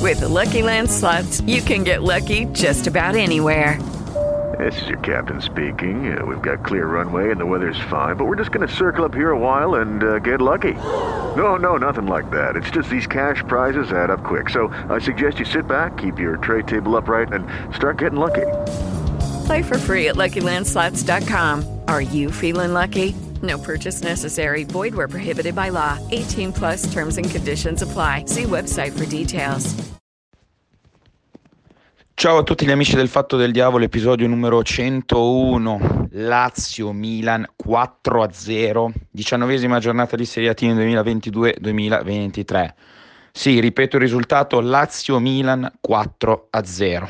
With the Lucky Land Slots, you can get lucky just about anywhere. This is your captain speaking. We've got clear runway and the weather's fine, but we're just going to circle up here a while and get lucky. No, nothing like that. It's just these cash prizes add up quick. So I suggest you sit back, keep your tray table upright, and start getting lucky. Play for free at LuckyLandSlots.com. Are you feeling lucky? No purchase necessary. Void where prohibited by law. 18 plus terms and conditions apply. See website for details. Ciao a tutti gli amici del Fatto del Diavolo, episodio numero 101, Lazio-Milan 4-0, 19esima giornata di Serie A Team 2022-2023. Sì, ripeto il risultato, Lazio-Milan 4-0.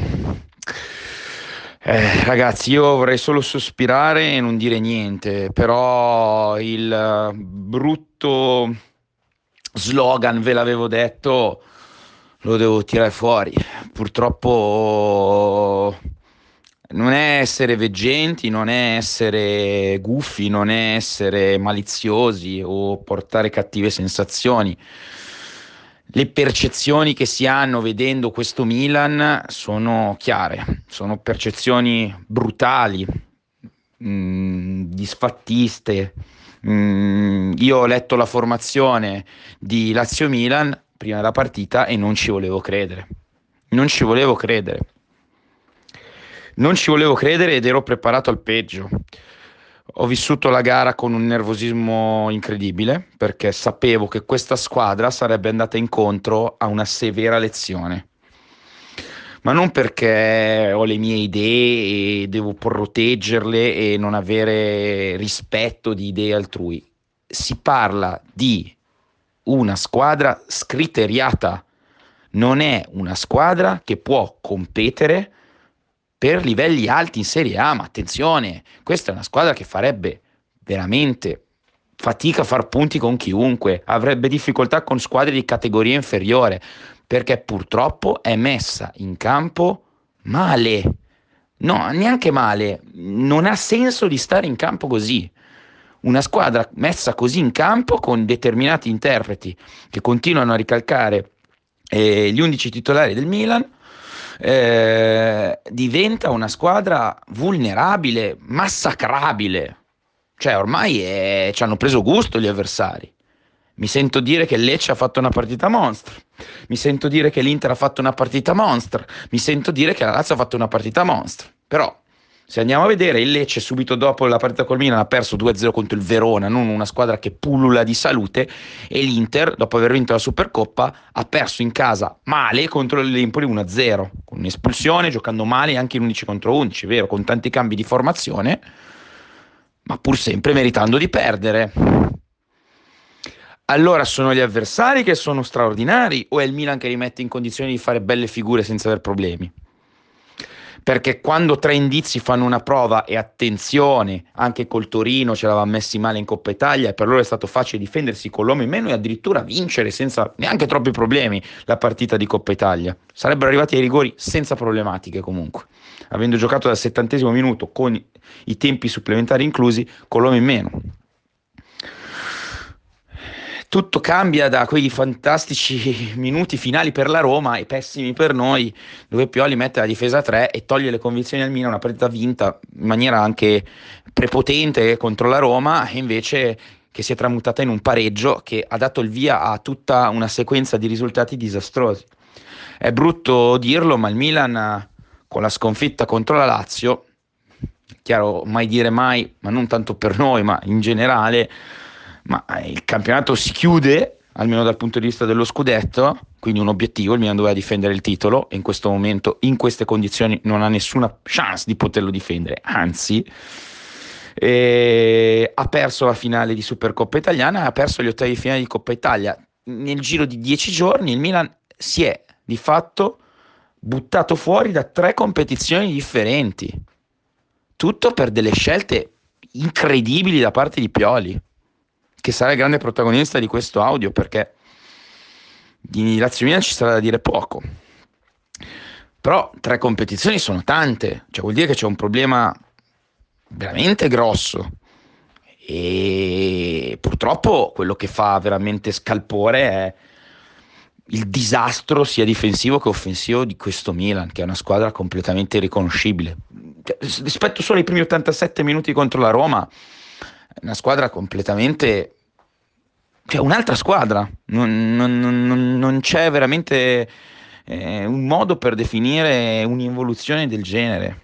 Ragazzi, io vorrei solo sospirare e non dire niente, però il brutto slogan, ve l'avevo detto, lo devo tirare fuori. Purtroppo non è essere veggenti, non è essere guffi, non è essere maliziosi o portare cattive sensazioni. Le percezioni che si hanno vedendo questo Milan sono chiare, sono percezioni brutali, disfattiste. Io ho letto la formazione di Lazio-Milan prima della partita e non ci volevo credere. Non ci volevo credere ed ero preparato al peggio. Ho vissuto la gara con un nervosismo incredibile perché sapevo che questa squadra sarebbe andata incontro a una severa lezione. Ma non perché ho le mie idee e devo proteggerle e non avere rispetto di idee altrui. Si parla di una squadra scriteriata. Non è una squadra che può competere per livelli alti in Serie A, ma attenzione, questa è una squadra che farebbe veramente fatica a far punti con chiunque, avrebbe difficoltà con squadre di categoria inferiore, perché purtroppo è messa in campo male. No, neanche male, non ha senso di stare in campo così. Una squadra messa così in campo con determinati interpreti che continuano a ricalcare gli 11 titolari del Milan, diventa una squadra vulnerabile, massacrabile. Cioè ormai ci hanno preso gusto gli avversari. Mi sento dire che il Lecce ha fatto una partita monster, mi sento dire che l'Inter ha fatto una partita monster, mi sento dire che la Lazio ha fatto una partita monster. Però se andiamo a vedere, il Lecce subito dopo la partita col Milan ha perso 2-0 contro il Verona, non una squadra che pullula di salute, e l'Inter, dopo aver vinto la Supercoppa, ha perso in casa male contro l'Empoli 1-0, con un'espulsione, giocando male anche in 11 contro 11, vero, con tanti cambi di formazione, ma pur sempre meritando di perdere. Allora sono gli avversari che sono straordinari o è il Milan che li mette in condizioni di fare belle figure senza aver problemi? Perché quando tre indizi fanno una prova, e attenzione, anche col Torino ce l'aveva messi male in Coppa Italia e per loro è stato facile difendersi con l'uomo in meno e addirittura vincere senza neanche troppi problemi la partita di Coppa Italia. Sarebbero arrivati ai rigori senza problematiche comunque, avendo giocato dal 70° minuto con i tempi supplementari inclusi con l'uomo in meno. Tutto cambia da quei fantastici minuti finali per la Roma e pessimi per noi, dove Pioli mette la difesa a 3 e toglie le convinzioni al Milan, una partita vinta in maniera anche prepotente contro la Roma, e invece che si è tramutata in un pareggio che ha dato il via a tutta una sequenza di risultati disastrosi. È brutto dirlo, ma il Milan con la sconfitta contro la Lazio, chiaro, mai dire mai, ma non tanto per noi, ma in generale, ma il campionato si chiude, almeno dal punto di vista dello scudetto, quindi un obiettivo, il Milan doveva difendere il titolo e in questo momento, in queste condizioni, non ha nessuna chance di poterlo difendere, anzi ha perso la finale di Supercoppa Italiana, ha perso gli ottavi di finale di Coppa Italia. Nel giro di 10 giorni il Milan si è di fatto buttato fuori da 3 competizioni differenti, tutto per delle scelte incredibili da parte di Pioli, che sarà il grande protagonista di questo audio, perché di Lazio Milan ci sarà da dire poco. Però 3 competizioni sono tante, cioè vuol dire che c'è un problema veramente grosso, e purtroppo quello che fa veramente scalpore è il disastro sia difensivo che offensivo di questo Milan, che è una squadra completamente irriconoscibile. Rispetto solo ai primi 87 minuti contro la Roma, è una squadra completamente, cioè un'altra squadra, non c'è veramente un modo per definire un'involuzione del genere.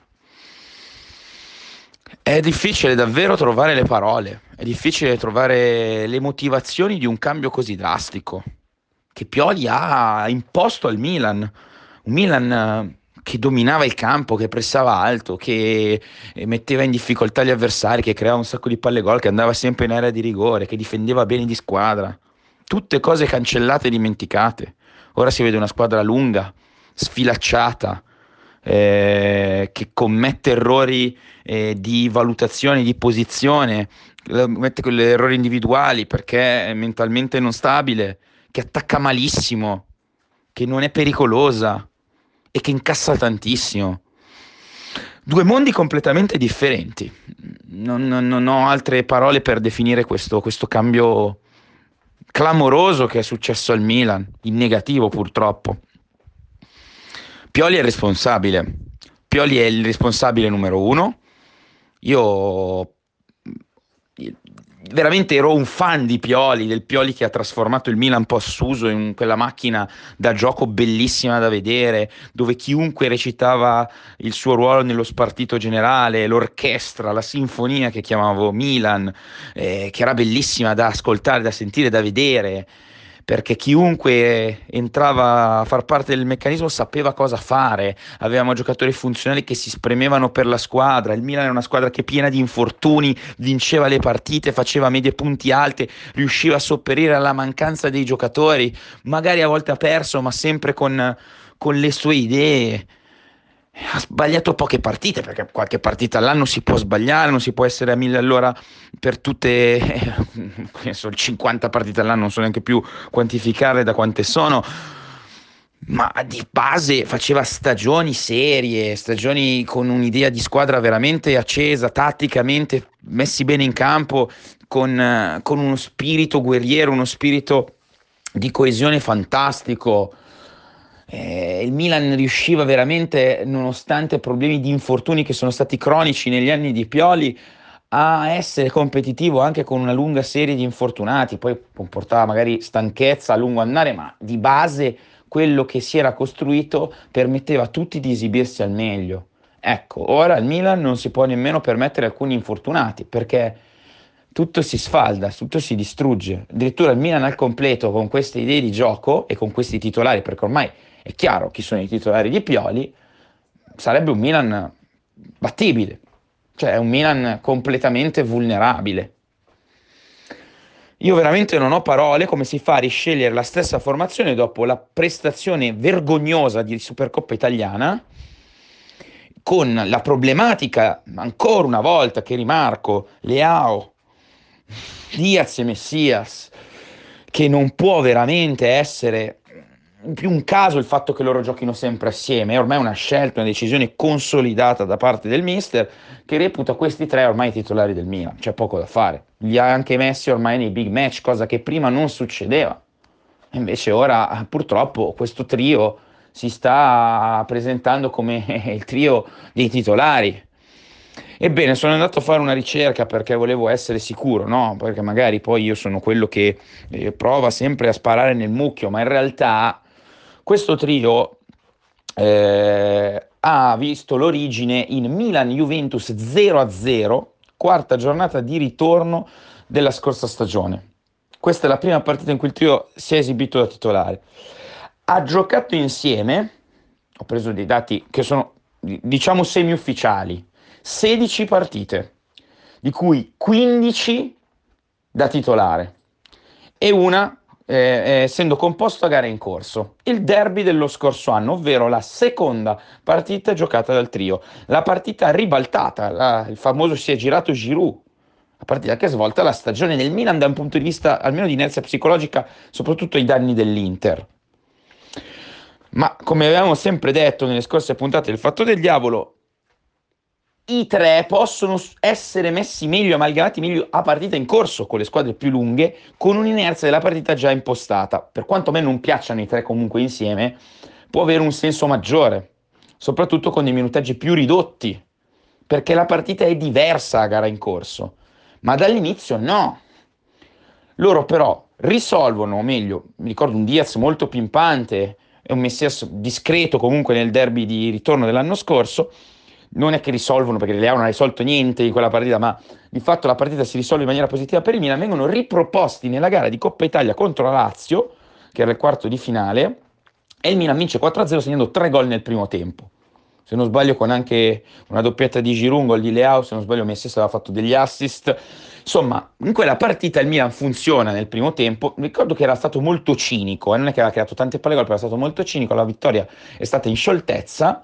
È difficile davvero trovare le parole, è difficile trovare le motivazioni di un cambio così drastico che Pioli ha imposto al Milan, un Milan che dominava il campo, che pressava alto, che metteva in difficoltà gli avversari, che creava un sacco di palle gol, che andava sempre in area di rigore, che difendeva bene di squadra. Tutte cose cancellate e dimenticate. Ora si vede una squadra lunga, sfilacciata, che commette errori di valutazione, di posizione, commette quegli errori individuali perché è mentalmente non stabile, che attacca malissimo, che non è pericolosa e che incassa tantissimo. Due mondi completamente differenti. Non ho altre parole per definire questo cambio clamoroso che è successo al Milan, in negativo purtroppo. Pioli è responsabile. Pioli è il responsabile numero uno. Io veramente ero un fan di Pioli, del Pioli che ha trasformato il Milan post-Suso in quella macchina da gioco bellissima da vedere, dove chiunque recitava il suo ruolo nello spartito generale, l'orchestra, la sinfonia che chiamavo Milan, che era bellissima da ascoltare, da sentire, da vedere, perché chiunque entrava a far parte del meccanismo sapeva cosa fare, avevamo giocatori funzionali che si spremevano per la squadra, il Milan è una squadra che piena di infortuni vinceva le partite, faceva medie punti alte, riusciva a sopperire alla mancanza dei giocatori, magari a volte ha perso ma sempre con le sue idee. Ha sbagliato poche partite, perché qualche partita all'anno si può sbagliare, non si può essere a 1000 all'ora per tutte, penso 50 partite all'anno, non so neanche più quantificare da quante sono, ma di base faceva stagioni serie, stagioni con un'idea di squadra veramente accesa, tatticamente messi bene in campo, con uno spirito guerriero, uno spirito di coesione fantastico. Il Milan riusciva veramente, nonostante problemi di infortuni che sono stati cronici negli anni di Pioli, a essere competitivo anche con una lunga serie di infortunati. Poi comportava magari stanchezza a lungo andare, ma di base quello che si era costruito permetteva a tutti di esibirsi al meglio. Ecco, ora il Milan non si può nemmeno permettere alcuni infortunati perché tutto si sfalda, tutto si distrugge. Addirittura il Milan al completo con queste idee di gioco e con questi titolari, perché ormai è chiaro chi sono i titolari di Pioli, sarebbe un Milan battibile, cioè è un Milan completamente vulnerabile. Io veramente non ho parole come si fa a riscegliere la stessa formazione dopo la prestazione vergognosa di Supercoppa italiana, con la problematica, ancora una volta che rimarco, Leao, Diaz e Messias, che non può veramente essere più un caso il fatto che loro giochino sempre assieme, è ormai una scelta, una decisione consolidata da parte del mister che reputa questi tre ormai titolari del Milan, c'è poco da fare, li ha anche messi ormai nei big match, cosa che prima non succedeva, invece ora purtroppo questo trio si sta presentando come il trio dei titolari. Ebbene, sono andato a fare una ricerca perché volevo essere sicuro, no? Perché magari poi io sono quello che prova sempre a sparare nel mucchio, ma in realtà questo trio ha visto l'origine in Milan-Juventus 0-0, quarta giornata di ritorno della scorsa stagione. Questa è la prima partita in cui il trio si è esibito da titolare. Ha giocato insieme, ho preso dei dati che sono diciamo semi-ufficiali, 16 partite, di cui 15 da titolare e una essendo composto a gare in corso. Il derby dello scorso anno, ovvero la seconda partita giocata dal trio, la partita ribaltata, il famoso si è girato Giroud, la partita che ha svolta la stagione del Milan da un punto di vista almeno di inerzia psicologica, soprattutto ai danni dell'Inter. Ma come avevamo sempre detto nelle scorse puntate del Fatto del Diavolo, i tre possono essere messi meglio, amalgamati meglio a partita in corso con le squadre più lunghe, con un'inerzia della partita già impostata. Per quanto a me non piacciono i tre comunque insieme, può avere un senso maggiore, soprattutto con dei minutaggi più ridotti, perché la partita è diversa a gara in corso, ma dall'inizio no. Loro però risolvono, o meglio, mi ricordo un Diaz molto pimpante e un Messias discreto comunque nel derby di ritorno dell'anno scorso. Non è che risolvono, perché Leao non ha risolto niente in quella partita, ma di fatto la partita si risolve in maniera positiva per il Milan. Vengono riproposti nella gara di Coppa Italia contro la Lazio, che era il quarto di finale, e il Milan vince 4-0 segnando 3 gol nel primo tempo. Se non sbaglio con anche una doppietta di Giroud, un gol di Leao, se non sbaglio Messi aveva fatto degli assist. Insomma, in quella partita il Milan funziona nel primo tempo. Ricordo che era stato molto cinico, non è che aveva creato tante palle gol, però era stato molto cinico, la vittoria è stata in scioltezza.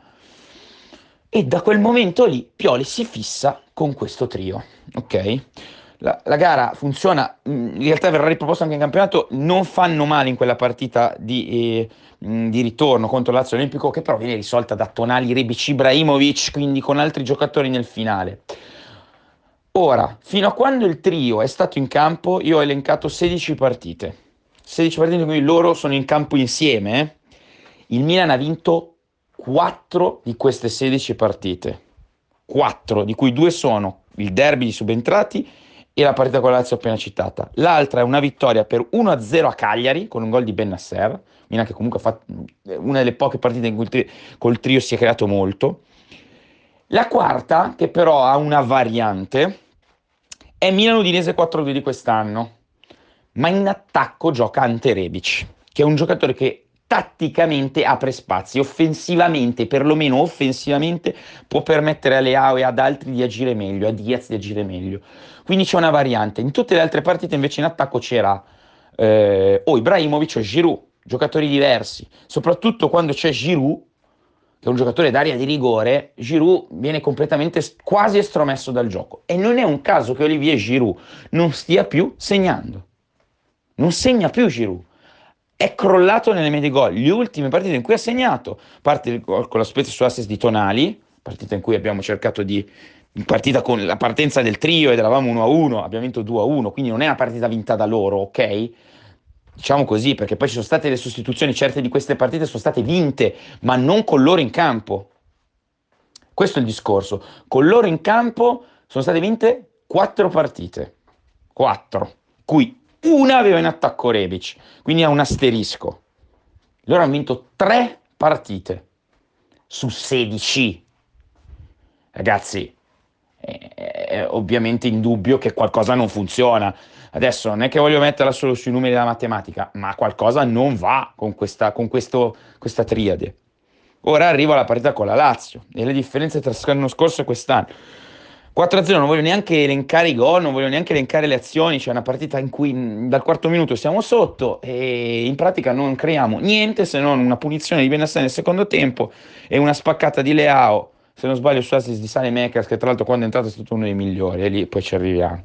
E da quel momento lì Pioli si fissa con questo trio, ok? La gara funziona, in realtà verrà riproposta anche in campionato, non fanno male in quella partita di ritorno contro Lazio Olimpico, che però viene risolta da Tonali, Rebic, Ibrahimovic, quindi con altri giocatori nel finale. Ora, fino a quando il trio è stato in campo, io ho elencato 16 partite. 16 partite in cui loro sono in campo insieme. Il Milan ha vinto 4 di queste 16 partite. 4, di cui 2 sono il derby di subentrati e la partita con la Lazio appena citata. L'altra è una vittoria per 1-0 a Cagliari, con un gol di Bennacer. Milan che comunque ha fatto una delle poche partite in cui col trio si è creato molto. La quarta, che però ha una variante, è Milan-Udinese 4-2 di quest'anno, ma in attacco gioca Ante Rebic, che è un giocatore che tatticamente apre spazi, offensivamente, perlomeno offensivamente, può permettere a Leao e ad altri di agire meglio, a Diaz di agire meglio. Quindi c'è una variante. In tutte le altre partite invece in attacco c'era o Ibrahimovic o Giroud, giocatori diversi, soprattutto quando c'è Giroud, che è un giocatore d'area di rigore. Giroud viene completamente quasi estromesso dal gioco, e non è un caso che Olivier Giroud non stia più segnando, non segna più Giroud, è crollato nelle medie gol. Le ultime partite in cui ha segnato, parte con la Spezia su assist di Tonali, partita in cui abbiamo cercato di, in partita con la partenza del trio ed eravamo 1-1, abbiamo vinto 2-1, quindi non è una partita vinta da loro, ok? Diciamo così, perché poi ci sono state le sostituzioni, certe di queste partite sono state vinte, ma non con loro in campo. Questo è il discorso. Con loro in campo sono state vinte 4 partite. 4, cui una aveva in attacco Rebic, quindi ha un asterisco. Loro hanno vinto 3 partite su 16. Ragazzi, è ovviamente indubbio che qualcosa non funziona. Adesso non è che voglio metterla solo sui numeri della matematica, ma qualcosa non va con questa triade. Ora arriva la partita con la Lazio e le differenze tra l'anno scorso e quest'anno. 4-0, non voglio neanche elencare i gol, non voglio neanche elencare le azioni. C'è una partita in cui dal quarto minuto siamo sotto e in pratica non creiamo niente se non una punizione di Bennacer nel secondo tempo e una spaccata di Leao, se non sbaglio su assist di Saelemaekers, che tra l'altro quando è entrato è stato uno dei migliori, e lì poi ci arriviamo.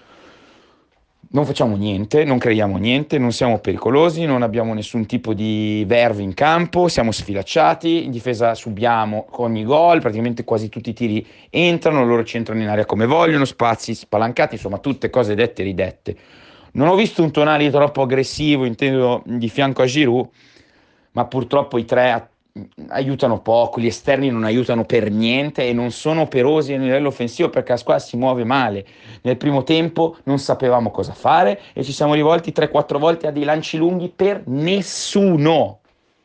Non facciamo niente, non creiamo niente, non siamo pericolosi, non abbiamo nessun tipo di verve in campo, siamo sfilacciati, in difesa subiamo ogni gol, praticamente quasi tutti i tiri entrano, loro ci entrano in area come vogliono, spazi spalancati, insomma tutte cose dette e ridette. Non ho visto un Tonali troppo aggressivo, intendo di fianco a Giroud, ma purtroppo i tre aiutano poco, gli esterni non aiutano per niente e non sono operosi a livello offensivo perché la squadra si muove male. Nel primo tempo non sapevamo cosa fare e ci siamo rivolti 3-4 volte a dei lanci lunghi per nessuno.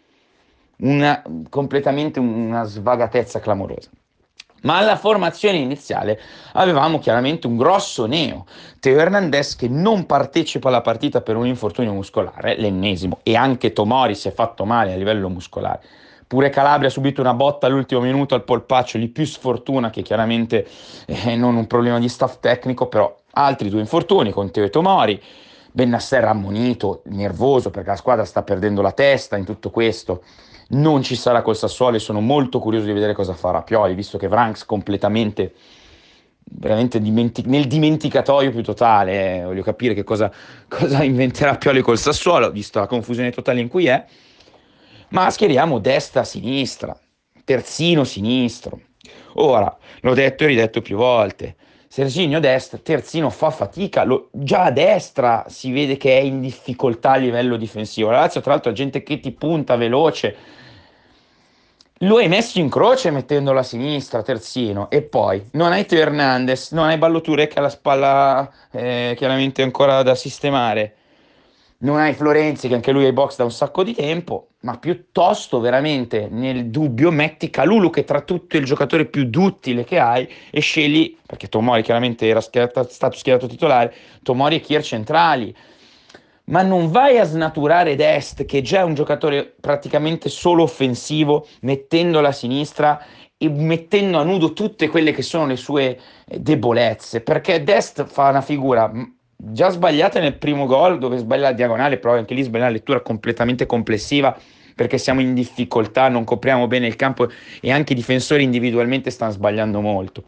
Completamente una svagatezza clamorosa. Ma alla formazione iniziale avevamo chiaramente un grosso neo, Teo Hernandez, che non partecipa alla partita per un infortunio muscolare, l'ennesimo, e anche Tomori si è fatto male a livello muscolare. Pure Calabria ha subito una botta all'ultimo minuto al polpaccio, di più sfortuna che chiaramente non un problema di staff tecnico, però altri 2 infortuni con Teo e Tomori. Bennacer ammonito, nervoso perché la squadra sta perdendo la testa in tutto questo. Non ci sarà col Sassuolo e sono molto curioso di vedere cosa farà Pioli, visto che Vranks completamente, veramente nel dimenticatoio più totale. Voglio capire che cosa inventerà Pioli col Sassuolo, visto la confusione totale in cui è. Ma schieriamo destra-sinistra, terzino sinistro. Ora, l'ho detto e ridetto più volte. Serginho Dest, terzino, fa fatica, già a destra si vede che è in difficoltà a livello difensivo. La Lazio, tra l'altro, ha gente che ti punta veloce. Lo hai messo in croce mettendolo a sinistra, terzino, e poi non hai Teo Hernandez, non hai Balloture che ha la spalla chiaramente ancora da sistemare, non hai Florenzi che anche lui è ai box da un sacco di tempo, ma piuttosto veramente nel dubbio metti Calulu che tra tutto è il giocatore più duttile che hai e scegli, perché Tomori chiaramente era stato schierato titolare, Tomori e Kier centrali. Ma non vai a snaturare Dest, che già è un giocatore praticamente solo offensivo, mettendola a sinistra e mettendo a nudo tutte quelle che sono le sue debolezze, perché Dest fa una figura già sbagliata nel primo gol, dove sbaglia la diagonale, però anche lì sbaglia una lettura completamente complessiva, perché siamo in difficoltà, non copriamo bene il campo e anche i difensori individualmente stanno sbagliando molto.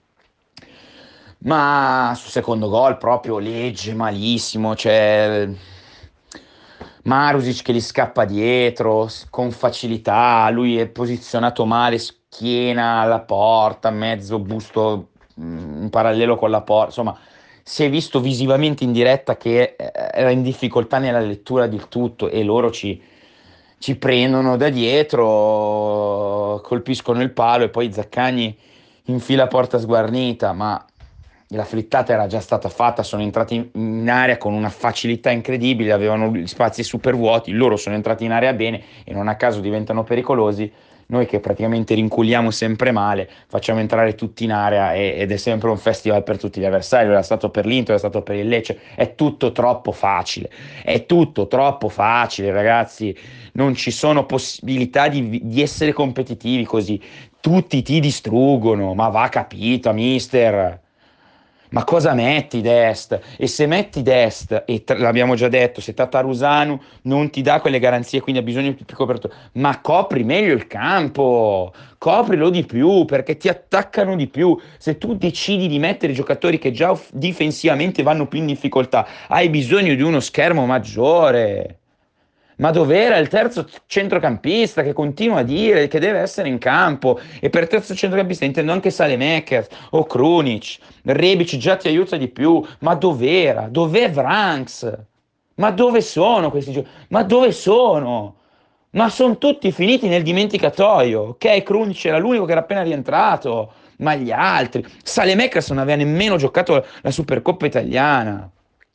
Ma sul secondo gol proprio legge malissimo, c'è Marusic che gli scappa dietro con facilità, lui è posizionato male, schiena alla porta, mezzo busto in parallelo con la porta, insomma si è visto visivamente in diretta che era in difficoltà nella lettura del tutto e loro ci prendono da dietro, colpiscono il palo e poi Zaccagni infila a porta sguarnita, ma la frittata era già stata fatta, sono entrati in area con una facilità incredibile, avevano gli spazi super vuoti, loro sono entrati in area bene e non a caso diventano pericolosi. Noi che praticamente rinculiamo sempre male, facciamo entrare tutti in area ed è sempre un festival per tutti gli avversari, era stato per l'Inter, è stato per il Lecce, è tutto troppo facile ragazzi, non ci sono possibilità di essere competitivi così, tutti ti distruggono, ma va capito mister. Ma cosa metti Dest? E se metti Dest, e l'abbiamo già detto, se Tatarusanu non ti dà quelle garanzie, quindi ha bisogno di più copertura, ma copri meglio il campo, coprilo di più perché ti attaccano di più. Se tu decidi di mettere i giocatori che già difensivamente vanno più in difficoltà, hai bisogno di uno schermo maggiore. Ma dov'era il terzo centrocampista che continua a dire che deve essere in campo? E per terzo centrocampista intendo anche Saelemaekers o Krunic. Rebic già ti aiuta di più. Ma dov'era? Dov'è Vranks? Ma dove sono questi giocatori? Ma dove sono? Ma sono tutti finiti nel dimenticatoio. Ok, Krunic era l'unico che era appena rientrato. Ma gli altri? Saelemaekers non aveva nemmeno giocato la Supercoppa italiana.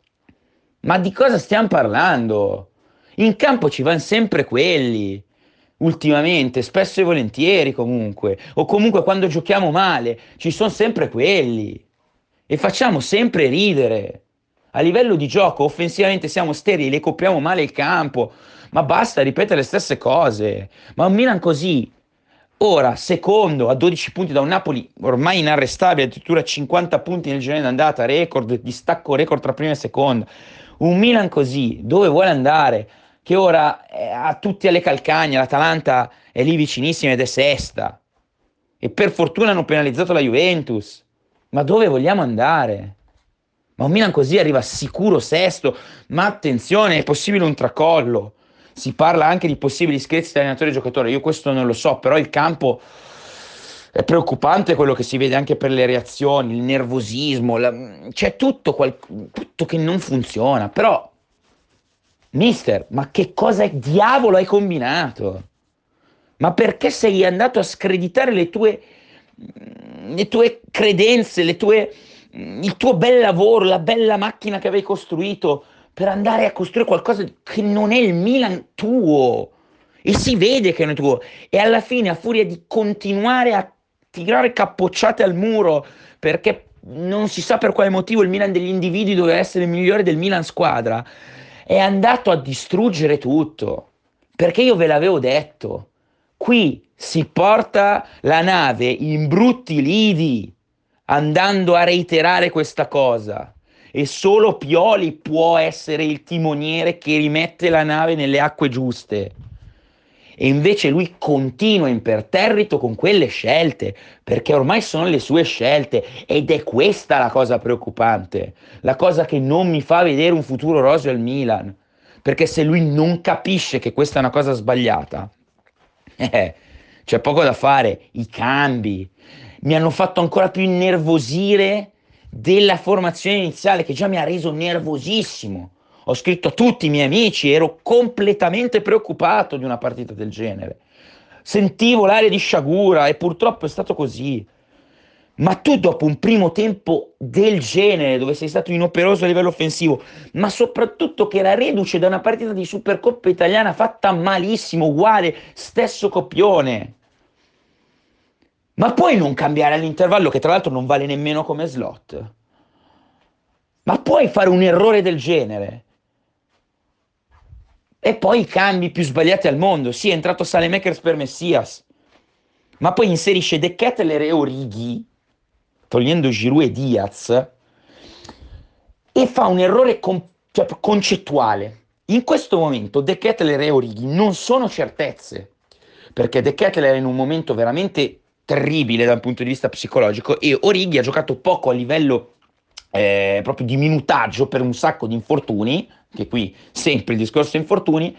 Ma di cosa stiamo parlando? In campo ci vanno sempre quelli, ultimamente, spesso e volentieri comunque, o comunque quando giochiamo male, ci sono sempre quelli e facciamo sempre ridere. A livello di gioco, offensivamente siamo sterili e copriamo male il campo, ma basta ripetere le stesse cose. Ma un Milan così, ora secondo a 12 punti da un Napoli ormai inarrestabile, addirittura 50 punti nel girone d'andata, record, distacco record tra prima e seconda. Un Milan così, dove vuole andare? Che ora ha tutti alle calcagna, l'Atalanta è lì vicinissima ed è sesta. E per fortuna hanno penalizzato la Juventus. Ma dove vogliamo andare? Ma un Milan così arriva sicuro sesto, ma attenzione, è possibile un tracollo. Si parla anche di possibili scherzi tra allenatori e giocatori, io questo non lo so, però il campo è preoccupante quello che si vede anche per le reazioni, il nervosismo, c'è tutto che non funziona, però mister, ma che cosa diavolo hai combinato? Ma perché sei andato a screditare le tue credenze, il tuo bel lavoro, la bella macchina che avevi costruito per andare a costruire qualcosa che non è il Milan tuo? E si vede che non è tuo. E alla fine, a furia di continuare a tirare cappocciate al muro, perché non si sa per quale motivo il Milan degli individui doveva essere il migliore del Milan squadra, è andato a distruggere tutto. Perché io ve l'avevo detto. Qui si porta la nave in brutti lidi andando a reiterare questa cosa e solo Pioli può essere il timoniere che rimette la nave nelle acque giuste. E invece lui continua imperterrito con quelle scelte, perché ormai sono le sue scelte ed è questa la cosa preoccupante, la cosa che non mi fa vedere un futuro roseo al Milan, perché se lui non capisce che questa è una cosa sbagliata, c'è poco da fare. I cambi mi hanno fatto ancora più innervosire della formazione iniziale, che già mi ha reso nervosissimo. Ho scritto a tutti i miei amici, ero completamente preoccupato di una partita del genere. Sentivo l'aria di sciagura e purtroppo è stato così. Ma tu dopo un primo tempo del genere, dove sei stato inoperoso a livello offensivo, ma soprattutto che era reduce da una partita di Supercoppa italiana fatta malissimo, uguale, stesso copione, ma puoi non cambiare all'intervallo, che tra l'altro non vale nemmeno come slot? Ma puoi fare un errore del genere? E poi i cambi più sbagliati al mondo. Sì, è entrato Saelemaekers per Messias, ma poi inserisce De Ketelaere e Origi, togliendo Giroud e Diaz, e fa un errore cioè, concettuale. In questo momento De Ketelaere e Origi non sono certezze, perché De Ketelaere è in un momento veramente terribile dal punto di vista psicologico e Origi ha giocato poco a livello proprio di minutaggio per un sacco di infortuni, che qui sempre il discorso infortuni,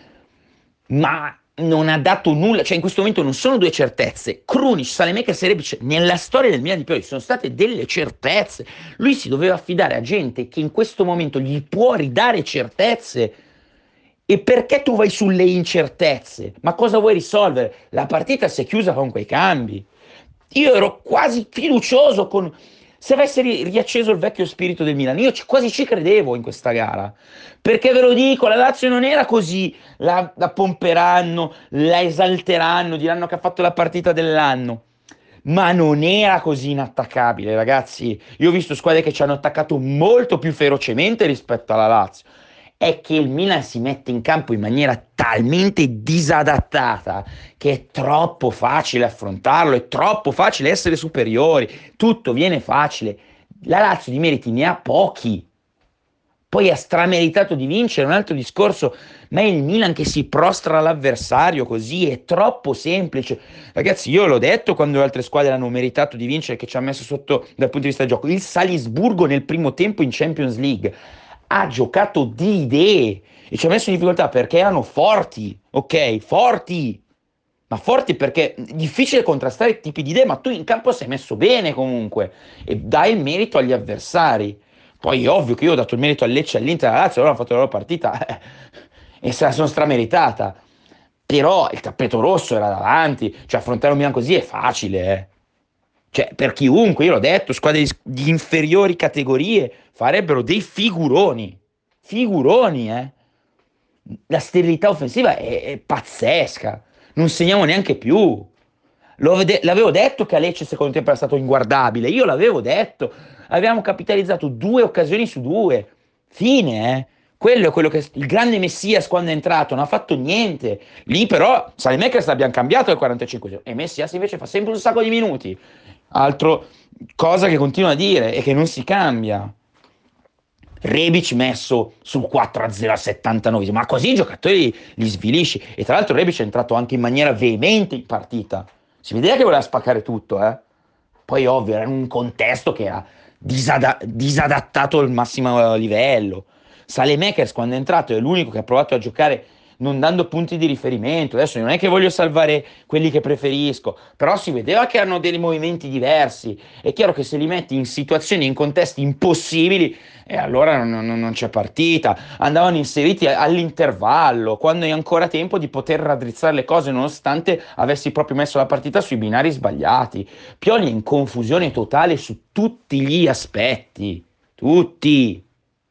ma non ha dato nulla, cioè in questo momento non sono due certezze. Krunic, Saelemaekers e Rebic nella storia del Milan di Pioli sono state delle certezze. Lui si doveva affidare a gente che in questo momento gli può ridare certezze. E perché tu vai sulle incertezze? Ma cosa vuoi risolvere? La partita si è chiusa con quei cambi. Io ero quasi fiducioso con... Se avesse riacceso il vecchio spirito del Milan, io quasi ci credevo in questa gara. Perché ve lo dico, la Lazio non era così, la pomperanno, la esalteranno, diranno che ha fatto la partita dell'anno. Ma non era così inattaccabile, ragazzi. Io ho visto squadre che ci hanno attaccato molto più ferocemente rispetto alla Lazio. È che il Milan si mette in campo in maniera talmente disadattata che è troppo facile affrontarlo, è troppo facile essere superiori, tutto viene facile. La Lazio di meriti ne ha pochi. Poi ha strameritato di vincere, un altro discorso, ma è il Milan che si prostra all'avversario così, è troppo semplice. Ragazzi, io l'ho detto quando le altre squadre hanno meritato di vincere, che ci ha messo sotto dal punto di vista del gioco. Il Salisburgo nel primo tempo in Champions League ha giocato di idee e ci ha messo in difficoltà perché erano forti, ok? Forti, ma forti perché è difficile contrastare tipi di idee, ma tu in campo sei messo bene comunque e dai il merito agli avversari. Poi è ovvio che io ho dato il merito al Lecce, all'Inter, alla Lazio, loro hanno fatto la loro partita e se la sono strameritata. Però il tappeto rosso era davanti, cioè affrontare un Milan così è facile, Cioè, per chiunque, io l'ho detto, squadre di inferiori categorie farebbero dei figuroni. Figuroni. La sterilità offensiva è pazzesca. Non segniamo neanche più. L'avevo detto che a Lecce il secondo tempo era stato inguardabile. Io l'avevo detto. Avevamo capitalizzato 2 occasioni su 2. Fine. Quello è quello che il grande Messias quando è entrato non ha fatto niente. Lì però Saelemaekers l'abbiamo cambiato al 45 e Messias invece fa sempre un sacco di minuti. Altro cosa che continuo a dire è che non si cambia. Rebic messo sul 4-0 al 79, ma così i giocatori li svilisci. E tra l'altro Rebic è entrato anche in maniera veemente in partita. Si vedeva che voleva spaccare tutto, Poi ovvio, era in un contesto che era disadattato al massimo livello. Saelemaekers quando è entrato è l'unico che ha provato a giocare non dando punti di riferimento. Adesso non è che voglio salvare quelli che preferisco, però si vedeva che hanno dei movimenti diversi. È chiaro che se li metti in situazioni, in contesti impossibili, allora non c'è partita. Andavano inseriti all'intervallo, quando hai ancora tempo di poter raddrizzare le cose, nonostante avessi proprio messo la partita sui binari sbagliati. Pioli è in confusione totale su tutti gli aspetti. Tutti.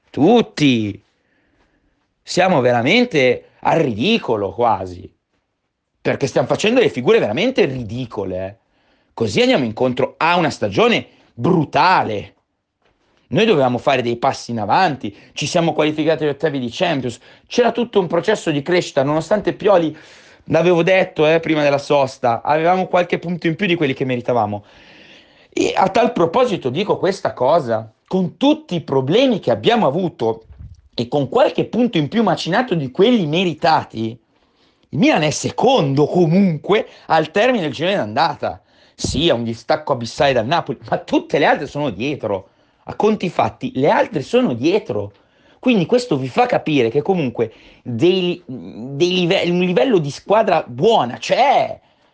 Siamo veramente al ridicolo quasi, perché stiamo facendo delle figure veramente ridicole. Così andiamo incontro a una stagione brutale. Noi dovevamo fare dei passi in avanti, ci siamo qualificati agli ottavi di Champions, c'era tutto un processo di crescita, nonostante Pioli, l'avevo detto prima della sosta, avevamo qualche punto in più di quelli che meritavamo. E a tal proposito dico questa cosa, con tutti i problemi che abbiamo avuto e con qualche punto in più macinato di quelli meritati, il Milan è secondo comunque al termine del girone d'andata. Sì, ha un distacco abissale dal Napoli, ma tutte le altre sono dietro. A conti fatti, le altre sono dietro. Quindi questo vi fa capire che comunque un livello di squadra buona c'è.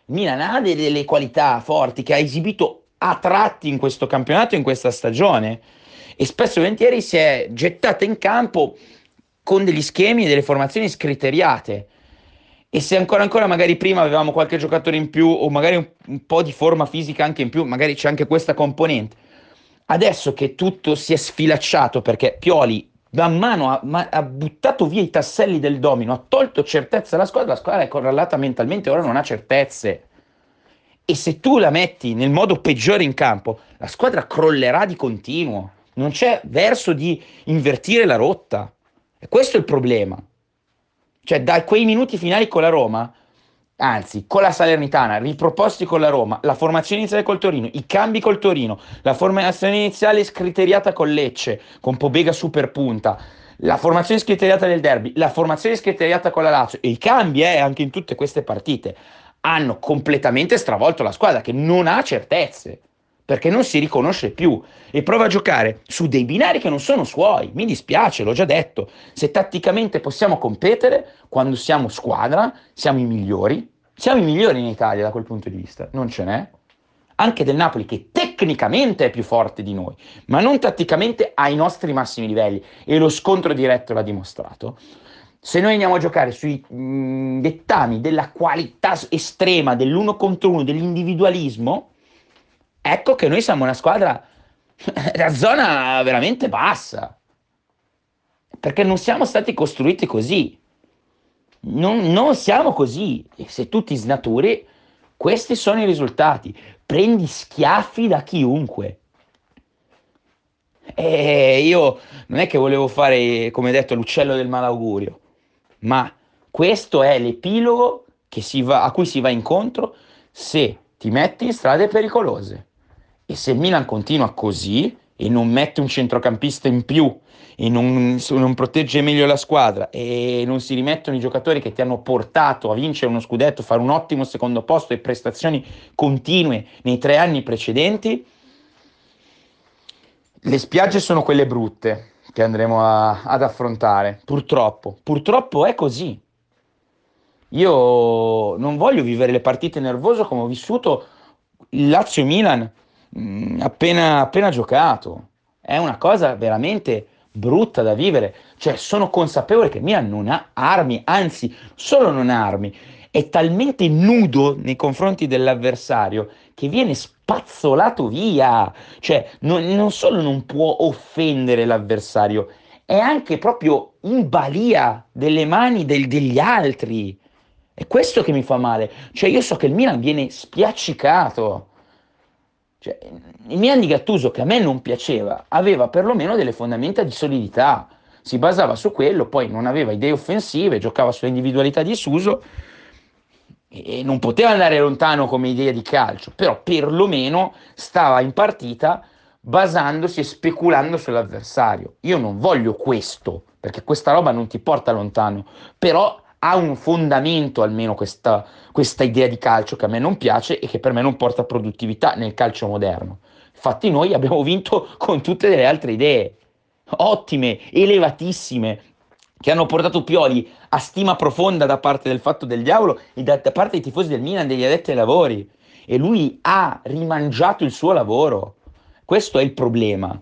Milan ha delle qualità forti che ha esibito a tratti in questo campionato, in questa stagione, e spesso e volentieri si è gettata in campo con degli schemi e delle formazioni scriteriate. E se ancora magari prima avevamo qualche giocatore in più o magari un po' di forma fisica anche in più, magari c'è anche questa componente. Adesso che tutto si è sfilacciato perché Pioli man mano ha buttato via i tasselli del domino, ha tolto certezza alla squadra, la squadra è correlata mentalmente, ora non ha certezze. E se tu la metti nel modo peggiore in campo, la squadra crollerà di continuo. Non c'è verso di invertire la rotta. E questo è il problema. Cioè, da quei minuti finali con la Roma, anzi, con la Salernitana, riproposti con la Roma, la formazione iniziale col Torino, i cambi col Torino, la formazione iniziale scriteriata con Lecce, con Pobega super punta, la formazione scriteriata del derby, la formazione scriteriata con la Lazio e i cambi anche in tutte queste partite hanno completamente stravolto la squadra che non ha certezze perché non si riconosce più e prova a giocare su dei binari che non sono suoi. Mi dispiace, l'ho già detto. Se tatticamente possiamo competere, quando siamo squadra, siamo i migliori. Siamo i migliori in Italia da quel punto di vista, non ce n'è. Anche del Napoli che tecnicamente è più forte di noi, ma non tatticamente ai nostri massimi livelli. E lo scontro diretto l'ha dimostrato. Se noi andiamo a giocare sui dettami della qualità estrema, dell'uno contro uno, dell'individualismo, ecco che noi siamo una squadra da zona veramente bassa, perché non siamo stati costruiti così, non siamo così, e se tu ti snaturi, questi sono i risultati, prendi schiaffi da chiunque. E io non è che volevo fare, come detto, l'uccello del malaugurio, ma questo è l'epilogo a cui si va incontro se ti metti in strade pericolose. E se il Milan continua così e non mette un centrocampista in più e non protegge meglio la squadra e non si rimettono i giocatori che ti hanno portato a vincere uno scudetto, fare un ottimo secondo posto e prestazioni continue nei 3 anni precedenti, le spiagge sono quelle brutte che andremo ad affrontare. Purtroppo è così. Io non voglio vivere le partite nervoso come ho vissuto il Lazio-Milan appena giocato. È una cosa veramente brutta da vivere. Cioè, sono consapevole che Milan non ha armi, anzi, solo non ha armi, è talmente nudo nei confronti dell'avversario che viene spazzolato via. Cioè, non solo non può offendere l'avversario, è anche proprio in balia delle mani degli altri. È questo che mi fa male. Cioè, io so che il Milan viene spiaccicato. Cioè, il Milan di Gattuso, che a me non piaceva, aveva perlomeno delle fondamenta di solidità. Si basava su quello, poi non aveva idee offensive, giocava sulle individualità di Suso e non poteva andare lontano come idea di calcio, però perlomeno stava in partita basandosi e speculando sull'avversario. Io non voglio questo, perché questa roba non ti porta lontano, però ha un fondamento almeno questa idea di calcio che a me non piace e che per me non porta produttività nel calcio moderno. Infatti noi abbiamo vinto con tutte le altre idee, ottime, elevatissime, che hanno portato Pioli a stima profonda da parte del fatto del diavolo e da parte dei tifosi del Milan, degli addetti ai lavori. E lui ha rimangiato il suo lavoro. Questo è il problema.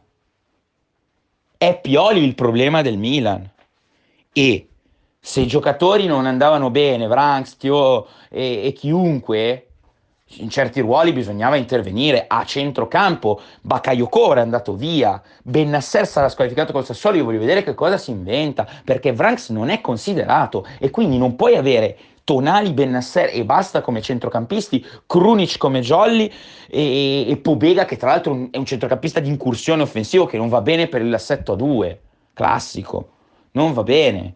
È Pioli il problema del Milan. E se i giocatori non andavano bene, Vranks, Thio e chiunque, in certi ruoli bisognava intervenire. A centrocampo Bakayoko è andato via, Bennasser sarà squalificato col Sassuolo. Io voglio vedere che cosa si inventa, perché Vranks non è considerato e quindi non puoi avere Tonali, Bennasser e basta come centrocampisti, Krunic come jolly e Pobega, che tra l'altro è un centrocampista di incursione offensivo che non va bene per l'assetto a 2 classico, non va bene.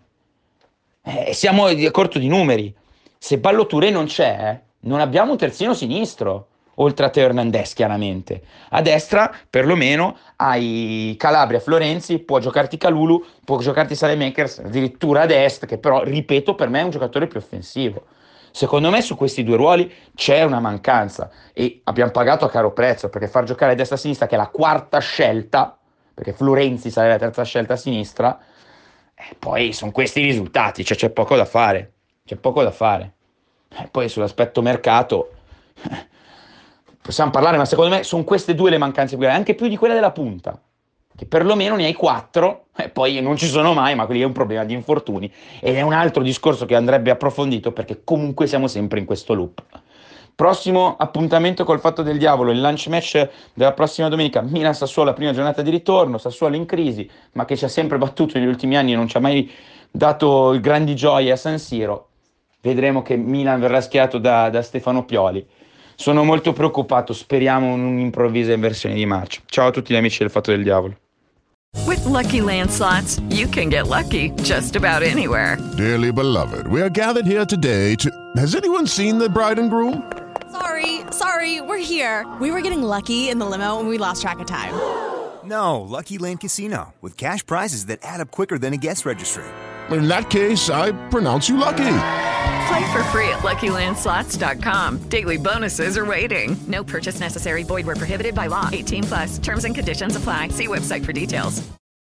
Siamo a corto di numeri. Se Ballo Touré non c'è, non abbiamo un terzino sinistro, oltre a Teo Hernandez chiaramente. A destra, perlomeno, hai Calabria, Florenzi, può giocarti Kalulu, può giocarti Saelemaekers, addirittura ad est, che però, ripeto, per me è un giocatore più offensivo. Secondo me su questi due ruoli c'è una mancanza e abbiamo pagato a caro prezzo, perché far giocare a destra e a sinistra, che è la quarta scelta, perché Florenzi sarebbe la terza scelta a sinistra, poi sono questi i risultati, cioè c'è poco da fare, c'è poco da fare. Poi sull'aspetto mercato, possiamo parlare, ma secondo me sono queste due le mancanze più grandi, anche più di quella della punta, che perlomeno ne hai 4, e poi non ci sono mai, ma quelli è un problema di infortuni, ed è un altro discorso che andrebbe approfondito, perché comunque siamo sempre in questo loop. Prossimo appuntamento col Fatto del Diavolo, il lunch match della prossima domenica, Milan-Sassuolo, la prima giornata di ritorno, Sassuolo in crisi, ma che ci ha sempre battuto negli ultimi anni e non ci ha mai dato grandi gioie a San Siro. Vedremo che Milan verrà schierato da Stefano Pioli. Sono molto preoccupato, speriamo in un'improvvisa inversione di marcia. Ciao a tutti gli amici del Fatto del Diavolo. With Lucky Land Slots, you can get lucky just about anywhere. Dearly beloved, we are gathered here today to... Has anyone seen the bride and groom? Sorry, we're here. We were getting lucky in the limo and we lost track of time. No, Lucky Land Casino, with cash prizes that add up quicker than a guest registry. In that case, I pronounce you lucky. Play for free at LuckyLandSlots.com. Daily bonuses are waiting. No purchase necessary. Void where prohibited by law. 18+. Terms and conditions apply. See website for details.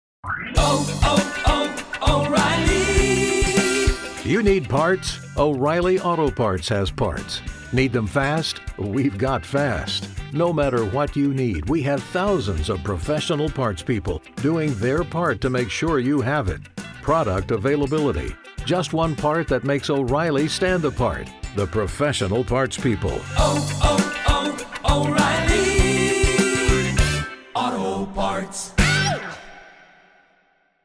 O'Reilly. You need parts? O'Reilly Auto Parts has parts. Need them fast? We've got fast. No matter what you need, we have thousands of professional parts people doing their part to make sure you have it. Product availability. Just one part that makes O'Reilly stand apart. The professional parts people. O'Reilly.